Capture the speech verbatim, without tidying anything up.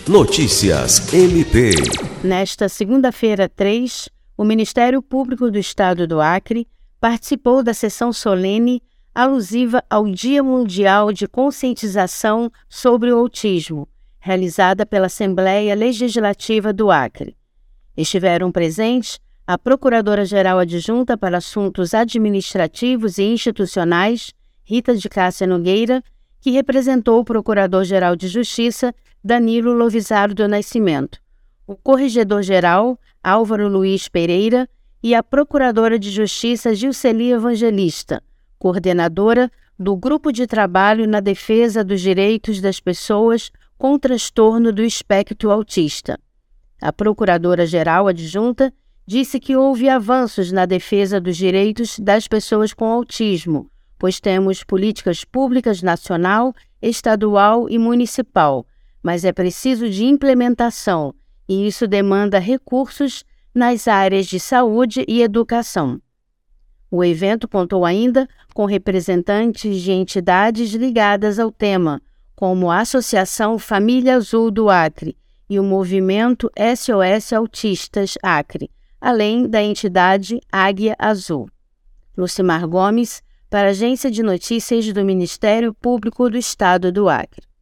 Notícias M P. Nesta segunda-feira, três, o Ministério Público do Estado do Acre participou da sessão solene alusiva ao Dia Mundial de Conscientização sobre o Autismo, realizada pela Assembleia Legislativa do Acre. Estiveram presentes a Procuradora-Geral Adjunta para Assuntos Administrativos e Institucionais, Rita de Cássia Nogueira, que representou o Procurador-Geral de Justiça, Danilo Lovisaro do Nascimento, o Corregedor-Geral, Álvaro Luiz Pereira, e a Procuradora de Justiça, Gilceli Evangelista, coordenadora do Grupo de Trabalho na Defesa dos Direitos das Pessoas com Transtorno do Espectro Autista. A Procuradora-Geral Adjunta disse que houve avanços na defesa dos direitos das pessoas com autismo, pois temos políticas públicas nacional, estadual e municipal, mas é preciso de implementação, e isso demanda recursos nas áreas de saúde e educação. O evento contou ainda com representantes de entidades ligadas ao tema, como a Associação Família Azul do Acre e o Movimento S O S Autistas Acre, além da entidade Águia Azul. Lucimar Gomes, para a Agência de Notícias do Ministério Público do Estado do Acre.